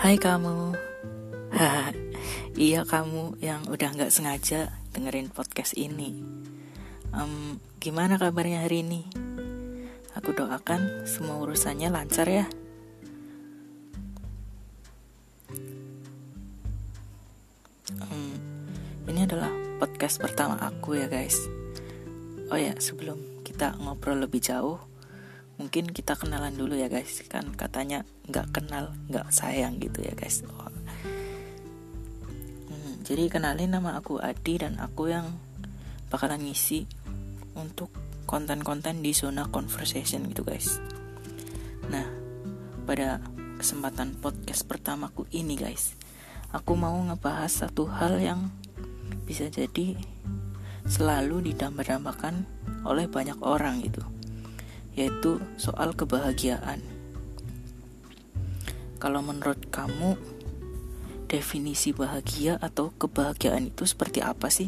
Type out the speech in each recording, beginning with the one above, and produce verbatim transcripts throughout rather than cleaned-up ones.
Hai kamu. Haha, iya kamu yang udah gak sengaja dengerin podcast ini. um, Gimana kabarnya hari ini? Aku doakan semua urusannya lancar ya. um, Ini adalah podcast pertama aku ya guys. Oh ya, sebelum kita ngobrol lebih jauh, mungkin kita kenalan dulu ya guys. Kan katanya gak kenal gak sayang gitu ya guys. oh. hmm, Jadi kenalin, nama aku Adi dan aku yang bakalan ngisi untuk konten-konten di zona conversation gitu guys. Nah, pada kesempatan podcast pertamaku ini guys, aku mau ngebahas satu hal yang bisa jadi selalu didambakan oleh banyak orang gitu, yaitu soal kebahagiaan. Kalau menurut kamu, definisi bahagia atau kebahagiaan itu seperti apa sih?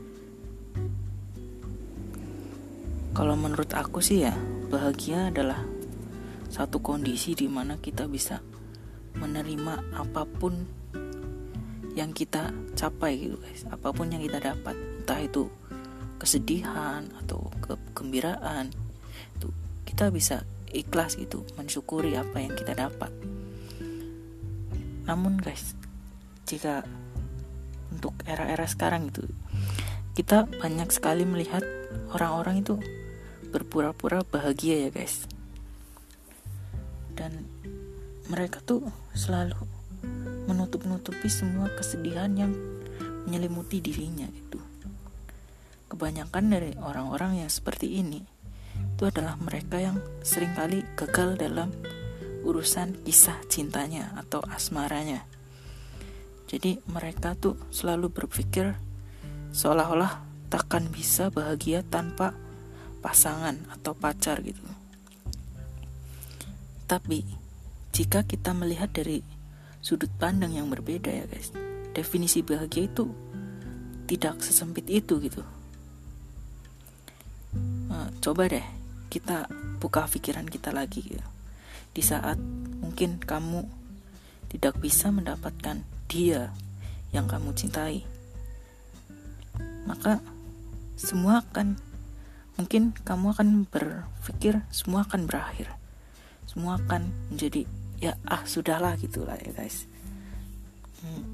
Kalau menurut aku sih ya, bahagia adalah satu kondisi di mana kita bisa menerima apapun yang kita capai gitu guys, apapun yang kita dapat, entah itu kesedihan atau kegembiraan, itu kita bisa ikhlas gitu, mensyukuri apa yang kita dapat. Namun guys, jika untuk era-era sekarang itu, kita banyak sekali melihat orang-orang itu berpura-pura bahagia ya guys. Dan mereka tuh selalu menutup-nutupi semua kesedihan yang menyelimuti dirinya gitu. Kebanyakan dari orang-orang yang seperti ini itu adalah mereka yang seringkali gagal dalam urusan kisah cintanya atau asmaranya. Jadi mereka tuh selalu berpikir seolah-olah takkan bisa bahagia tanpa pasangan atau pacar gitu. Tapi jika kita melihat dari sudut pandang yang berbeda ya guys, definisi bahagia itu tidak sesempit itu gitu. Nah, coba deh kita buka pikiran kita lagi gitu. Di saat mungkin kamu tidak bisa mendapatkan dia yang kamu cintai, maka semua akan, mungkin kamu akan berpikir semua akan berakhir, semua akan menjadi ya ah sudahlah gitulah ya guys. hmm.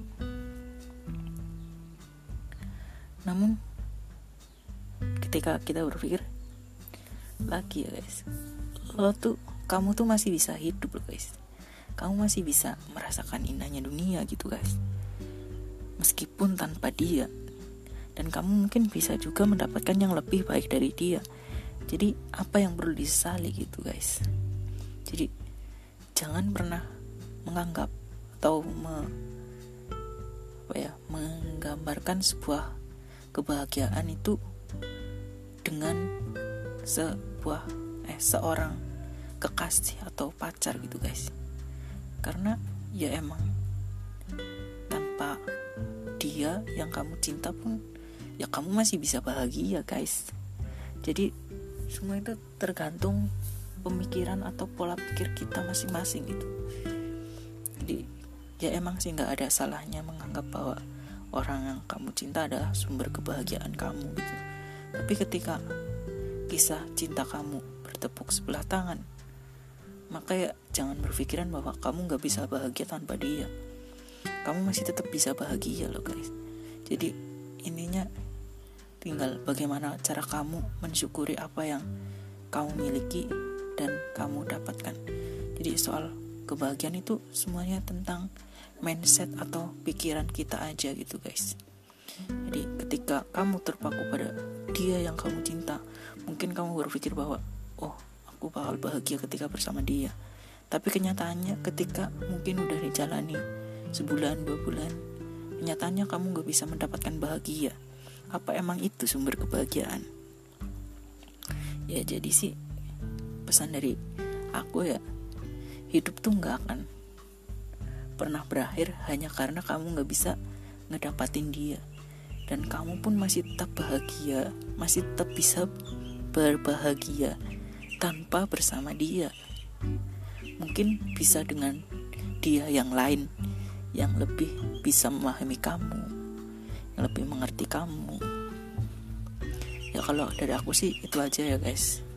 Namun ketika kita berpikir lagi ya guys, lo tuh kamu tuh masih bisa hidup loh guys, kamu masih bisa merasakan indahnya dunia gitu guys, meskipun tanpa dia. Dan kamu mungkin bisa juga mendapatkan yang lebih baik dari dia. Jadi apa yang perlu disesali gitu guys. Jadi jangan pernah menganggap atau me, apa ya, menggambarkan sebuah kebahagiaan itu dengan sebuah eh seorang kekasih atau pacar gitu guys. Karena ya emang tanpa dia yang kamu cinta pun ya kamu masih bisa bahagia guys. Jadi semua itu tergantung pemikiran atau pola pikir kita masing-masing gitu. Jadi ya emang sih gak ada salahnya menganggap bahwa orang yang kamu cinta adalah sumber kebahagiaan kamu gitu. Tapi ketika kisah cinta kamu bertepuk sebelah tangan, maka ya jangan berpikiran bahwa kamu gak bisa bahagia tanpa dia. Kamu masih tetap bisa bahagia loh guys. Jadi ininya tinggal bagaimana cara kamu mensyukuri apa yang kamu miliki dan kamu dapatkan. Jadi soal kebahagiaan itu semuanya tentang mindset atau pikiran kita aja gitu guys. Jadi ketika kamu terpaku pada dia yang kamu cinta, mungkin kamu berpikir bahwa oh aku bakal bahagia ketika bersama dia. Tapi kenyataannya ketika mungkin udah dijalani sebulan dua bulan, kenyataannya kamu gak bisa mendapatkan bahagia. Apa emang itu sumber kebahagiaan? Ya jadi sih pesan dari aku ya, hidup tuh gak akan pernah berakhir hanya karena kamu gak bisa ngedapatin dia. Dan kamu pun masih tetap bahagia, masih tetap bisa berbahagia tanpa bersama dia. Mungkin bisa dengan dia yang lain yang lebih bisa memahami kamu, yang lebih mengerti kamu. Ya kalau dari aku sih itu aja ya guys.